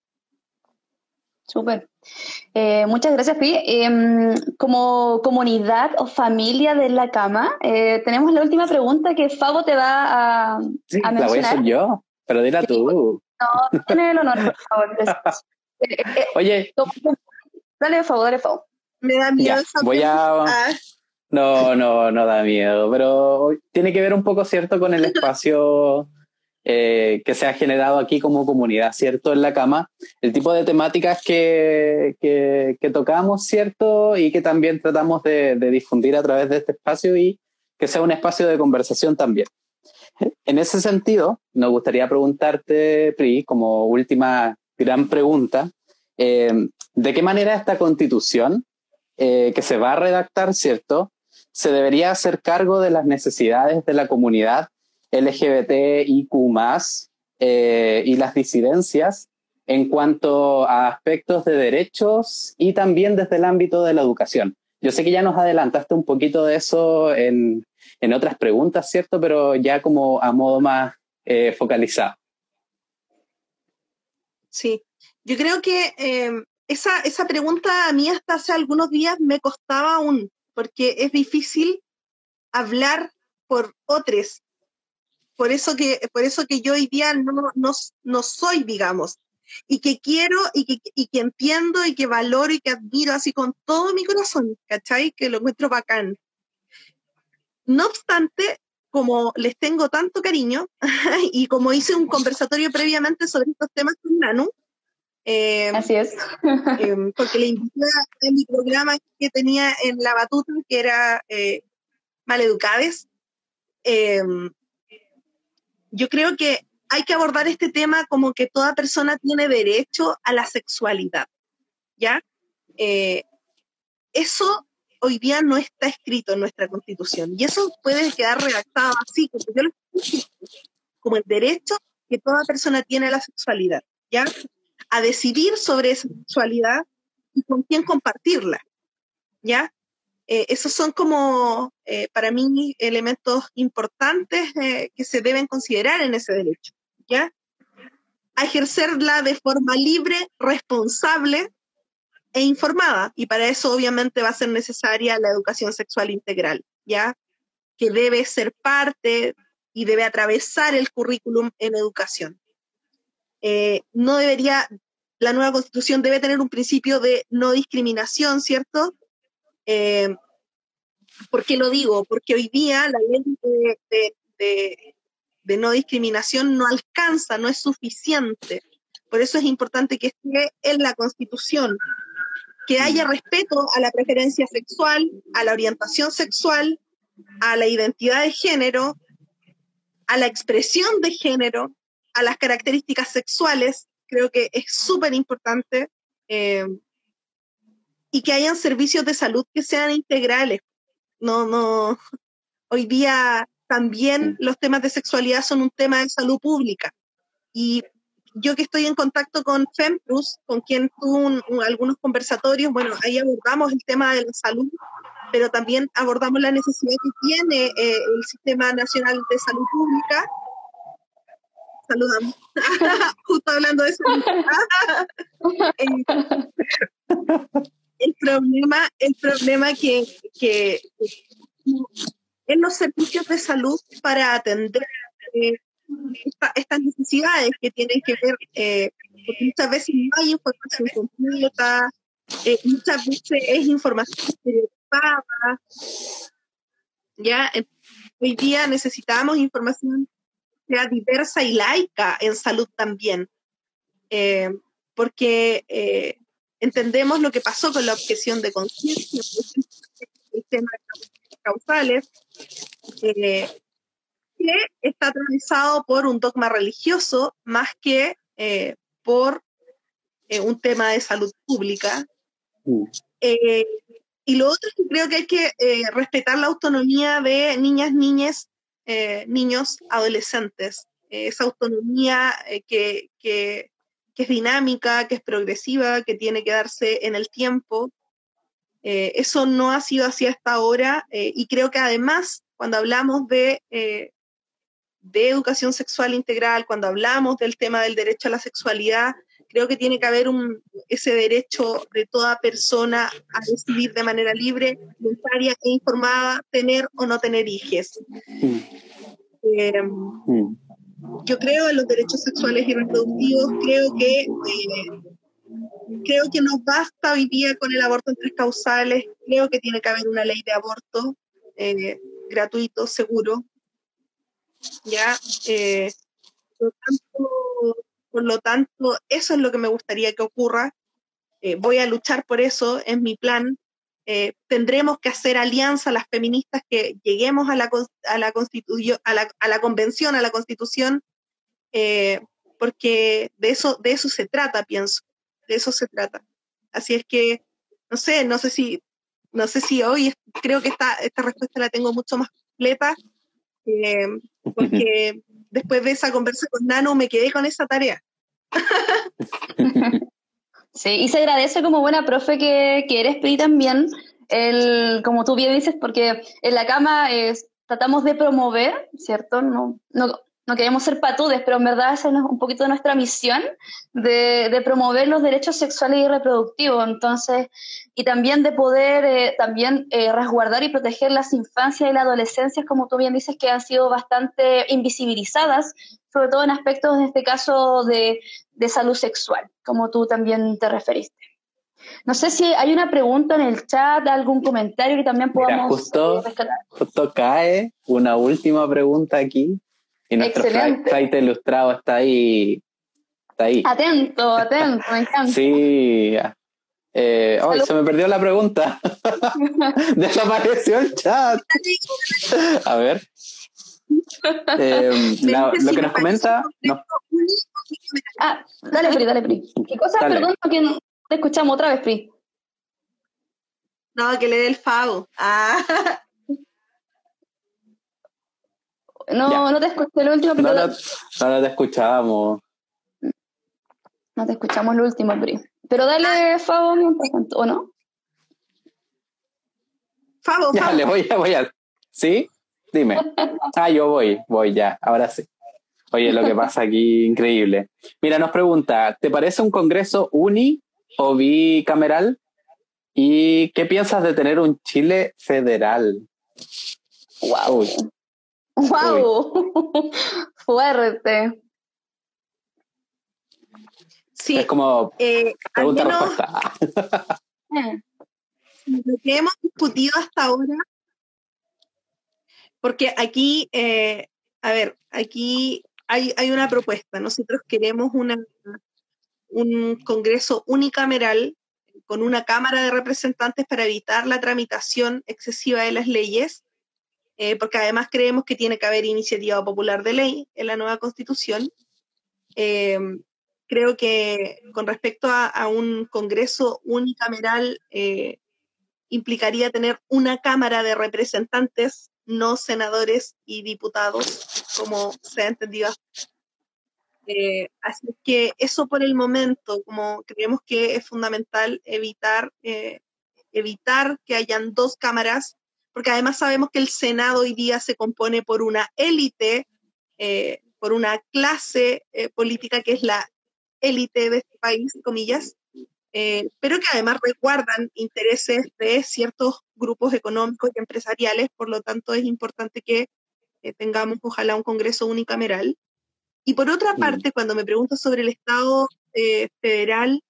Súper. Muchas gracias, Pi. Como comunidad o familia de La Cama, tenemos la última pregunta que Fabo te va a mencionar. La voy a hacer yo, pero dila tú. No, tienes el honor, por favor. Oye. Dale, Fabo. Me da miedo esa pregunta. No da miedo, pero tiene que ver un poco, ¿cierto?, con el espacio que se ha generado aquí como comunidad, ¿cierto?, en La Cama, el tipo de temáticas que tocamos, ¿cierto?, y que también tratamos de difundir a través de este espacio y que sea un espacio de conversación también. En ese sentido, nos gustaría preguntarte, Pri, como última gran pregunta, ¿de qué manera esta constitución que se va a redactar, ¿cierto?, se debería hacer cargo de las necesidades de la comunidad LGBTIQ+, y las disidencias en cuanto a aspectos de derechos y también desde el ámbito de la educación? Yo sé que ya nos adelantaste un poquito de eso en otras preguntas, ¿cierto?, pero ya como a modo más focalizado. Sí, yo creo que esa pregunta a mí hasta hace algunos días me costaba aún, porque es difícil hablar por otros. Por eso que yo hoy día no soy, digamos, y que quiero y que entiendo y que valoro y que admiro así con todo mi corazón, ¿cachai? Que lo encuentro bacán. No obstante, como les tengo tanto cariño y como hice un conversatorio previamente sobre estos temas con Nanu, Así es. porque le invité a mi programa que tenía en La Batuta, que era Maleducades, yo creo que hay que abordar este tema como que toda persona tiene derecho a la sexualidad, ¿ya? Eso hoy día no está escrito en nuestra Constitución, y eso puede quedar redactado así, como el derecho que toda persona tiene a la sexualidad, ¿ya? A decidir sobre esa sexualidad y con quién compartirla, ¿ya? Esos son como, para mí, elementos importantes que se deben considerar en ese derecho, ¿ya? A ejercerla de forma libre, responsable e informada, y para eso obviamente va a ser necesaria la educación sexual integral, ¿ya? Que debe ser parte y debe atravesar el currículum en educación. No debería, la nueva Constitución debe tener un principio de no discriminación, ¿cierto? ¿Por qué lo digo? Porque hoy día la ley de no discriminación no alcanza, no es suficiente. Por eso es importante que esté en la Constitución, que haya respeto a la preferencia sexual, a la orientación sexual, a la identidad de género, a la expresión de género, a las características sexuales. Creo que es súper importante, y que hayan servicios de salud que sean integrales. No, hoy día también los temas de sexualidad son un tema de salud pública. Y yo que estoy en contacto con FEMPRUS, con quien tuve algunos conversatorios, bueno, ahí abordamos el tema de la salud, pero también abordamos la necesidad que tiene el Sistema Nacional de Salud Pública. Saludamos. Justo hablando de salud. El problema que en los servicios de salud para atender estas necesidades que tienen que ver, porque muchas veces no hay información completa, muchas veces es información estereotipada, ¿ya? Hoy día necesitamos información que sea diversa y laica en salud también, porque entendemos lo que pasó con la objeción de conciencia, el tema de causales, que está atravesado por un dogma religioso más que por un tema de salud pública. Y lo otro es que creo que hay que respetar la autonomía de niñas, niños, adolescentes. Esa autonomía que es dinámica, que es progresiva, que tiene que darse en el tiempo. Eso no ha sido así hasta ahora, y creo que además, cuando hablamos de educación sexual integral, cuando hablamos del tema del derecho a la sexualidad, creo que tiene que haber ese derecho de toda persona a decidir de manera libre, voluntaria e informada, tener o no tener hijos. Yo creo en los derechos sexuales y reproductivos, creo que no basta hoy día con el aborto en 3 causales, creo que tiene que haber una ley de aborto gratuito, seguro, ¿ya? Por lo tanto, eso es lo que me gustaría que ocurra. Voy a luchar por eso, es mi plan. Tendremos que hacer alianza las feministas que lleguemos a la convención, a la Constitución, porque de eso se trata, pienso. De eso se trata. Así es que, no sé si hoy creo que esta respuesta la tengo mucho más completa, porque después de esa conversa con Nano me quedé con esa tarea. Sí, y se agradece como buena profe que eres, Pri, también, como tú bien dices, porque en la cama tratamos de promover, ¿cierto? No no queremos ser patudes, pero en verdad esa es un poquito nuestra misión de promover los derechos sexuales y reproductivos, entonces, y también de poder resguardar y proteger las infancias y las adolescencias, como tú bien dices, que han sido bastante invisibilizadas, sobre todo en aspectos, en este caso, de salud sexual, como tú también te referiste. No sé si hay una pregunta en el chat, algún comentario que también Mira, podamos rescatar. justo cae una última pregunta aquí y nuestro flight ilustrado está ahí. Atento, me encanta. Sí. Se me perdió la pregunta. Desapareció el chat. A ver. Lo que nos comenta. No. Dale, Pri. ¿Qué cosa? Dale. Perdón, que no te escuchamos otra vez, Pri. No, que le dé el Favo. No te escuché lo último. Pero no te escuchábamos. No te escuchamos lo último, Pri. Pero dale, Favo, ¿o no? Favo. Ya, le voy a... ¿Sí? Dime. Yo voy ya, ahora sí. Oye, lo que pasa aquí, increíble. Mira, nos pregunta, ¿te parece un congreso uni o bicameral? ¿Y qué piensas de tener un Chile federal? ¡Wow! ¡Wow! Fuerte. Sí. Es como pregunta-respuesta. Lo que hemos discutido hasta ahora, porque aquí, aquí hay una propuesta. Nosotros queremos un congreso unicameral con una Cámara de Representantes para evitar la tramitación excesiva de las leyes, porque además creemos que tiene que haber iniciativa popular de ley en la nueva Constitución. Creo que con respecto a un congreso unicameral implicaría tener una Cámara de Representantes, no senadores y diputados, como se ha entendido. Así que eso por el momento, como creemos que es fundamental evitar que hayan dos cámaras, porque además sabemos que el Senado hoy día se compone por una élite, por una clase política que es la élite de este país, comillas, pero que además resguardan intereses de ciertos grupos económicos y empresariales, por lo tanto es importante que tengamos ojalá un Congreso unicameral. Y por otra parte, cuando me pregunto sobre el Estado federal,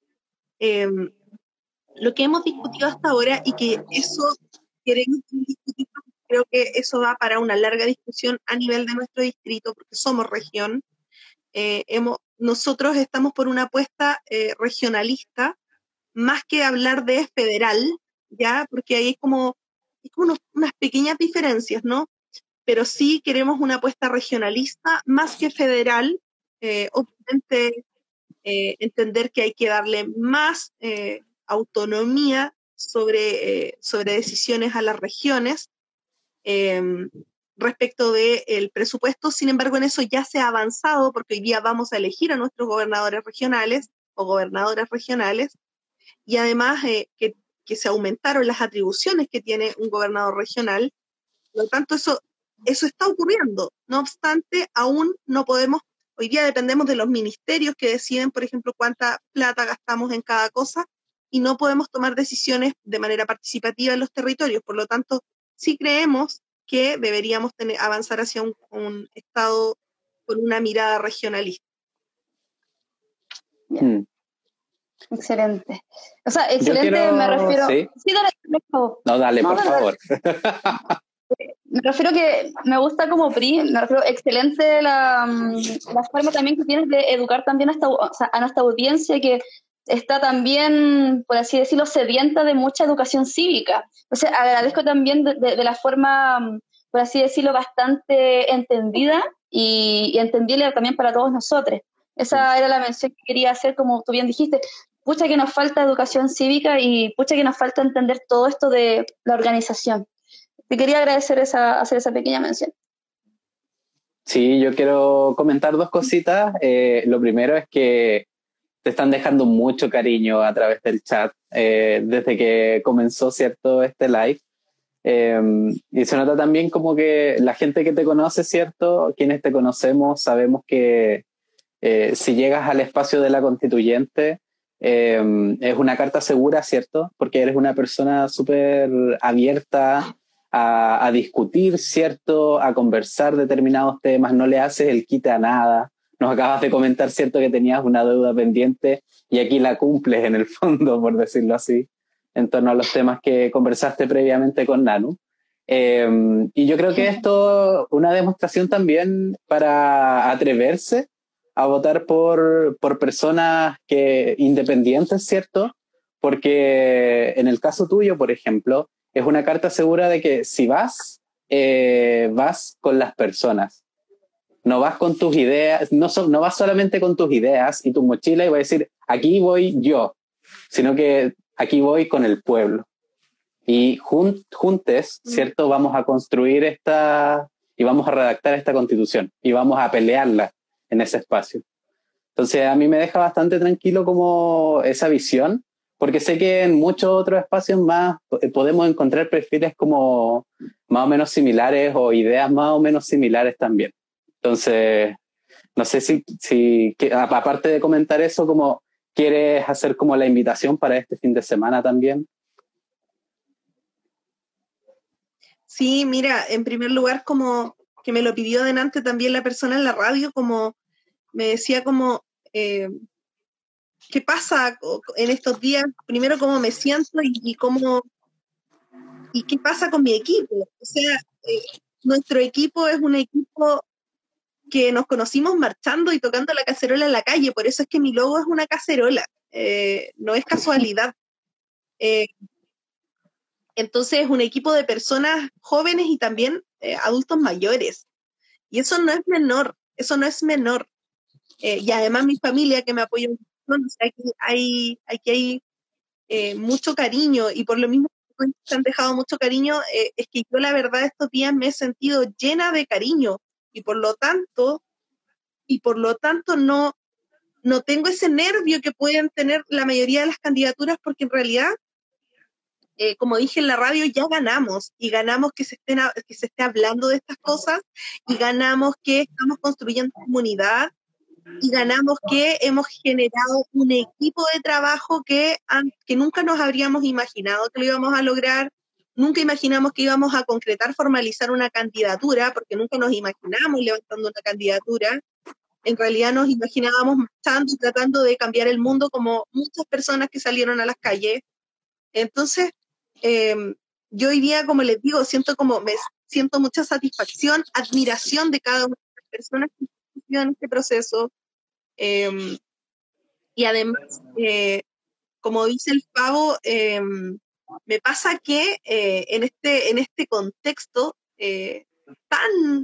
lo que hemos discutido hasta ahora y que eso queremos discutir, creo que eso va para una larga discusión a nivel de nuestro distrito, porque somos región. Nosotros estamos por una apuesta regionalista, más que hablar de federal, ¿ya? Porque ahí es como unas pequeñas diferencias, ¿no? Pero sí queremos una apuesta regionalista más que federal. Obviamente, entender que hay que darle más autonomía sobre decisiones a las regiones respecto del presupuesto. Sin embargo, en eso ya se ha avanzado, porque hoy día vamos a elegir a nuestros gobernadores regionales o gobernadoras regionales, y además que se aumentaron las atribuciones que tiene un gobernador regional. Por lo tanto, eso está ocurriendo. No obstante, aún no podemos, hoy día dependemos de los ministerios que deciden, por ejemplo, cuánta plata gastamos en cada cosa, y no podemos tomar decisiones de manera participativa en los territorios. Por lo tanto, sí creemos que deberíamos avanzar hacia un Estado con una mirada regionalista. Excelente. O sea, excelente me refiero... Sí, dale, por favor. No, dale, por favor. Me refiero que me gusta como PRI, me refiero excelente la forma también que tienes de educar también a nuestra audiencia, que está también, por así decirlo, sedienta de mucha educación cívica. O sea, agradezco también de la forma, por así decirlo, bastante entendida y entendible también para todos nosotros. Esa era la mención que quería hacer, como tú bien dijiste. Pucha que nos falta educación cívica y pucha que nos falta entender todo esto de la organización. Te quería agradecer hacer esa pequeña mención. Sí, yo quiero comentar dos cositas. Lo primero es que te están dejando mucho cariño a través del chat desde que comenzó, ¿cierto?, este live. Y se nota también como que la gente que te conoce, ¿cierto? Quienes te conocemos sabemos que si llegas al espacio de la constituyente, es una carta segura, ¿cierto? Porque eres una persona súper abierta a discutir, ¿cierto? A conversar determinados temas, no le haces el quite a nada. Nos acabas de comentar, ¿cierto? Que tenías una deuda pendiente y aquí la cumples en el fondo, por decirlo así, en torno a los temas que conversaste previamente con Nanu. Y yo creo que esto es una demostración también para atreverse a votar por personas independientes, ¿cierto? Porque en el caso tuyo, por ejemplo, es una carta segura de que si vas, vas con las personas. No vas con tus ideas, no vas solamente con tus ideas y tu mochila y vas a decir, aquí voy yo, sino que aquí voy con el pueblo. Y juntes, ¿cierto? Vamos a construir y vamos a redactar esta constitución y vamos a pelearla en ese espacio. Entonces a mí me deja bastante tranquilo como esa visión, porque sé que en muchos otros espacios más podemos encontrar perfiles como más o menos similares o ideas más o menos similares también. Entonces, no sé si aparte de comentar eso, como quieres hacer como la invitación para este fin de semana también. Sí, mira, en primer lugar, como que me lo pidió delante también la persona en la radio, como me decía como, ¿qué pasa en estos días? Primero, cómo me siento y qué pasa con mi equipo. O sea, nuestro equipo es un equipo que nos conocimos marchando y tocando la cacerola en la calle, por eso es que mi logo es una cacerola, no es casualidad. Entonces es un equipo de personas jóvenes y también adultos mayores. Y eso no es menor, eso no es menor. Y además mi familia que me apoya un montón, o sea, aquí hay mucho cariño y por lo mismo que se han dejado mucho cariño, es que yo la verdad estos días me he sentido llena de cariño y por lo tanto no tengo ese nervio que pueden tener la mayoría de las candidaturas porque en realidad, como dije en la radio, ya ganamos y ganamos que se esté hablando de estas cosas y ganamos que estamos construyendo comunidad y ganamos que hemos generado un equipo de trabajo que nunca nos habríamos imaginado que lo íbamos a lograr, nunca imaginamos que íbamos a concretar, formalizar una candidatura, porque nunca nos imaginamos levantando una candidatura. En realidad nos imaginábamos marchando y tratando de cambiar el mundo como muchas personas que salieron a las calles. Entonces, yo hoy día, como les digo, siento mucha satisfacción, admiración de cada una de las personas que están en este proceso. Y además, como dice el Pavo, me pasa que en este contexto tan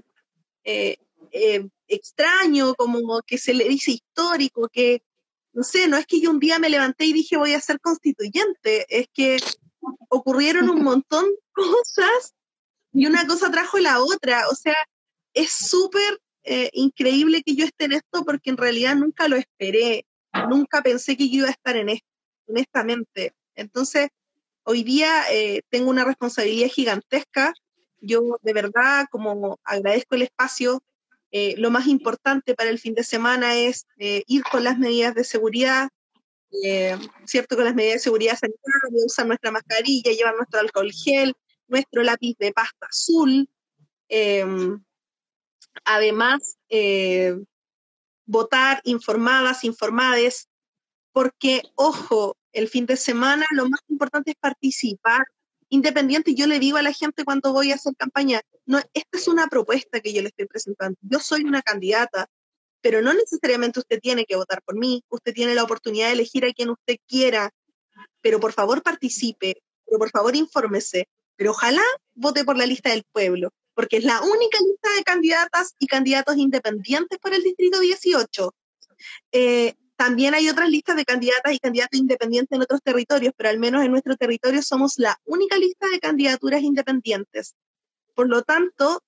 extraño, como que se le dice histórico, que no sé, no es que yo un día me levanté y dije voy a ser constituyente, es que ocurrieron un montón de cosas y una cosa trajo la otra, o sea, es súper increíble que yo esté en esto porque en realidad nunca lo esperé, nunca pensé que yo iba a estar en esto, honestamente. Entonces, hoy día tengo una responsabilidad gigantesca. Yo de verdad, como agradezco el espacio, lo más importante para el fin de semana es ir con las medidas de seguridad, ¿cierto? Con las medidas de seguridad sanitaria, usar nuestra mascarilla, llevar nuestro alcohol gel, nuestro lápiz de pasta azul. Además, votar informadas, informades, porque, ojo, el fin de semana lo más importante es participar. Independiente, yo le digo a la gente cuando voy a hacer campaña, no, esta es una propuesta que yo le estoy presentando. Yo soy una candidata, pero no necesariamente usted tiene que votar por mí, usted tiene la oportunidad de elegir a quien usted quiera, pero por favor participe, pero por favor infórmese, pero ojalá vote por la lista del pueblo, porque es la única lista de candidatas y candidatos independientes para el Distrito 18. También hay otras listas de candidatas y candidatos independientes en otros territorios, pero al menos en nuestro territorio somos la única lista de candidaturas independientes. Por lo tanto,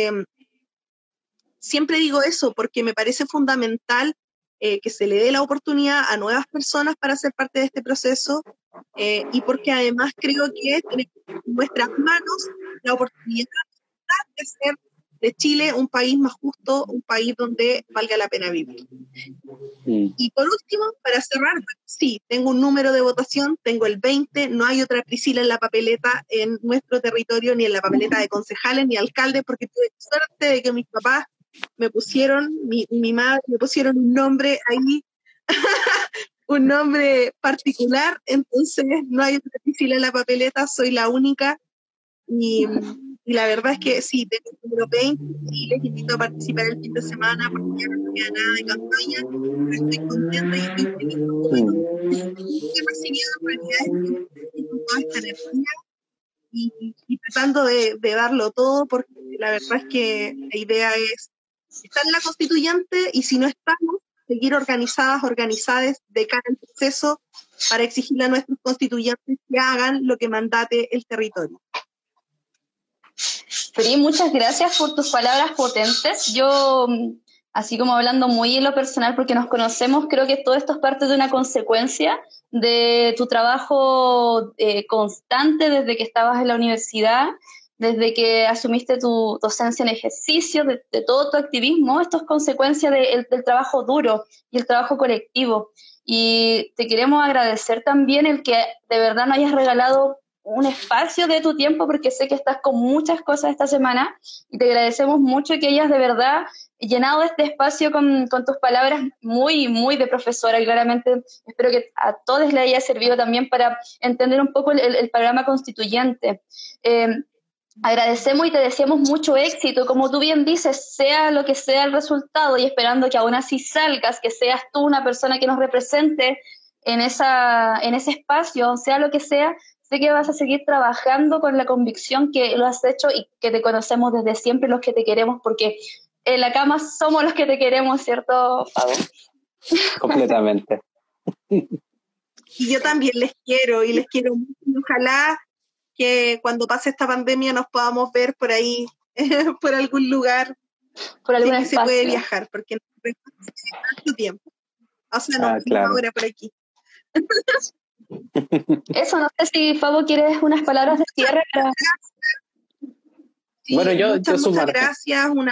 siempre digo eso porque me parece fundamental que se le dé la oportunidad a nuevas personas para ser parte de este proceso y porque además creo que en nuestras manos la oportunidad de hacer de Chile un país más justo, un país donde valga la pena vivir. Y por último, para cerrar, sí, tengo un número de votación, tengo el 20, no hay otra Priscila en la papeleta en nuestro territorio, ni en la papeleta de concejales, ni alcaldes, porque tuve suerte de que mis papás me pusieron, mi madre me pusieron un nombre ahí, un nombre particular, entonces no hay otra Priscila en la papeleta, soy la única. Y la verdad es que sí, tengo el número 20 y les invito a participar el fin de semana porque ya no queda nada de campaña, pero estoy contenta y estoy feliz porque, bueno, he recibido en realidad con toda esta energía y tratando de darlo todo, porque la verdad es que la idea es estar en la constituyente y si no estamos, seguir organizadas de cara al proceso para exigirle a nuestros constituyentes que hagan lo que mandate el territorio. Pri, muchas gracias por tus palabras potentes. Yo, así como hablando muy en lo personal, porque nos conocemos, creo que todo esto es parte de una consecuencia de tu trabajo constante desde que estabas en la universidad, desde que asumiste tu docencia en ejercicio, de todo tu activismo. Esto es consecuencia del trabajo duro y el trabajo colectivo. Y te queremos agradecer también el que de verdad nos hayas regalado un espacio de tu tiempo, porque sé que estás con muchas cosas esta semana y te agradecemos mucho que hayas de verdad llenado este espacio con tus palabras muy, muy de profesora, y claramente espero que a todos les haya servido también para entender un poco el programa constituyente. Agradecemos y te deseamos mucho éxito, como tú bien dices, sea lo que sea el resultado, y esperando que aún así salgas, que seas tú una persona que nos represente en ese espacio, sea lo que sea. Sé que vas a seguir trabajando con la convicción que lo has hecho y que te conocemos desde siempre, los que te queremos, porque en la cama somos los que te queremos, ¿cierto, Pablo? Completamente. Y yo también les quiero mucho. Ojalá que cuando pase esta pandemia nos podamos ver por ahí, por algún lugar, por algún sí, espacio. Se puede viajar, porque no hay tanto tiempo. O sea, no, claro. ahora por aquí. Eso, no sé si Fabo quieres unas palabras de cierre. Sí, bueno, yo muchas gracias, un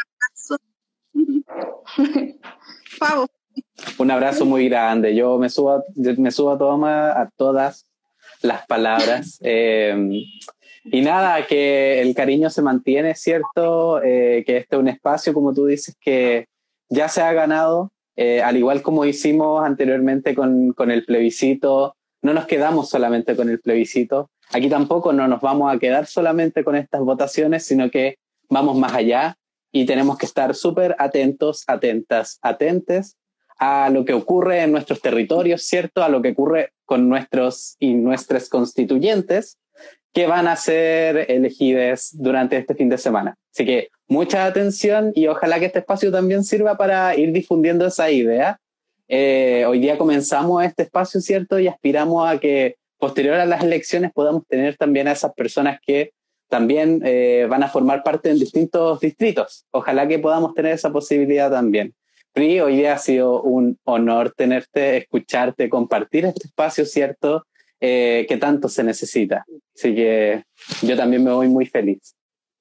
abrazo. Fabo. Un abrazo muy grande. Yo me subo a todas las palabras. Y nada, que el cariño se mantiene, ¿cierto? Que este es un espacio, como tú dices, que ya se ha ganado, al igual como hicimos anteriormente con el plebiscito. No nos quedamos solamente con el plebiscito. Aquí tampoco no nos vamos a quedar solamente con estas votaciones, sino que vamos más allá y tenemos que estar súper atentos, atentas, atentes a lo que ocurre en nuestros territorios, ¿cierto? A lo que ocurre con nuestros y nuestras constituyentes que van a ser elegidas durante este fin de semana. Así que mucha atención y ojalá que este espacio también sirva para ir difundiendo esa idea. Hoy día comenzamos este espacio, ¿cierto? Y aspiramos a que posterior a las elecciones podamos tener también a esas personas que también van a formar parte en distintos distritos. Ojalá que podamos tener esa posibilidad también. Pri, hoy día ha sido un honor tenerte, escucharte, compartir este espacio, ¿cierto? Que tanto se necesita. Así que yo también me voy muy feliz.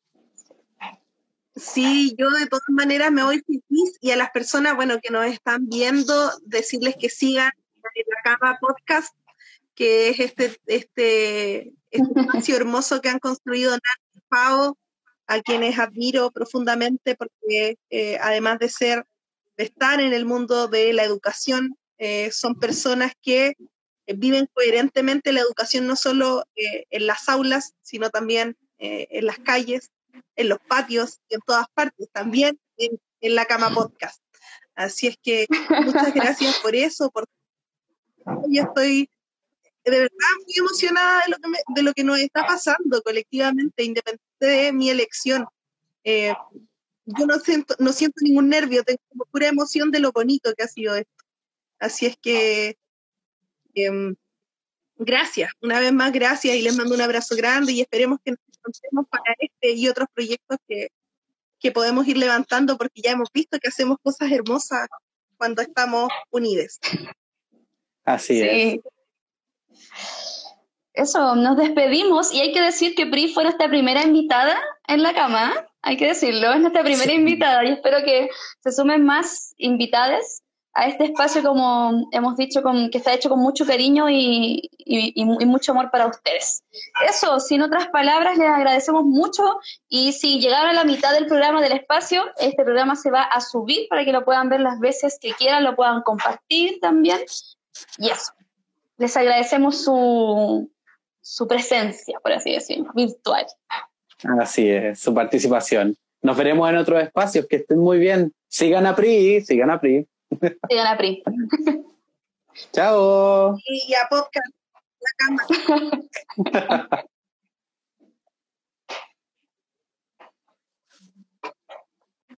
Sí, yo de todas maneras me voy feliz, y a las personas, bueno, que nos están viendo, decirles que sigan La Cama Podcast, que es este espacio hermoso que han construido Nati y Pau, a quienes admiro profundamente porque además de estar en el mundo de la educación, son personas que viven coherentemente la educación no solo en las aulas, sino también en las calles, en los patios y en todas partes, también en La Cama Podcast. Así es que muchas gracias por eso. Yo estoy de verdad muy emocionada de lo que nos está pasando colectivamente, independiente de mi elección. Yo no siento ningún nervio, tengo como pura emoción de lo bonito que ha sido esto. Así es que gracias, una vez más gracias, y les mando un abrazo grande y esperemos que nos encontremos para este y otros proyectos que podemos ir levantando, porque ya hemos visto que hacemos cosas hermosas cuando estamos unidos. Así es. eso, nos despedimos y hay que decir que Pri fue nuestra primera invitada en la cama, hay que decirlo, es nuestra primera invitada y espero que se sumen más invitadas a este espacio, como hemos dicho, que está hecho con mucho cariño y mucho amor para ustedes. Eso, sin otras palabras, les agradecemos mucho y si llegaron a la mitad del programa del espacio, este programa se va a subir para que lo puedan ver las veces que quieran, lo puedan compartir también y eso. Les agradecemos su presencia, por así decirlo, virtual. Así es, su participación. Nos veremos en otros espacios, que estén muy bien. Sigan a Pri, sigan a Pri. Sigan a Pri. Chao. Y a podcast La Cama.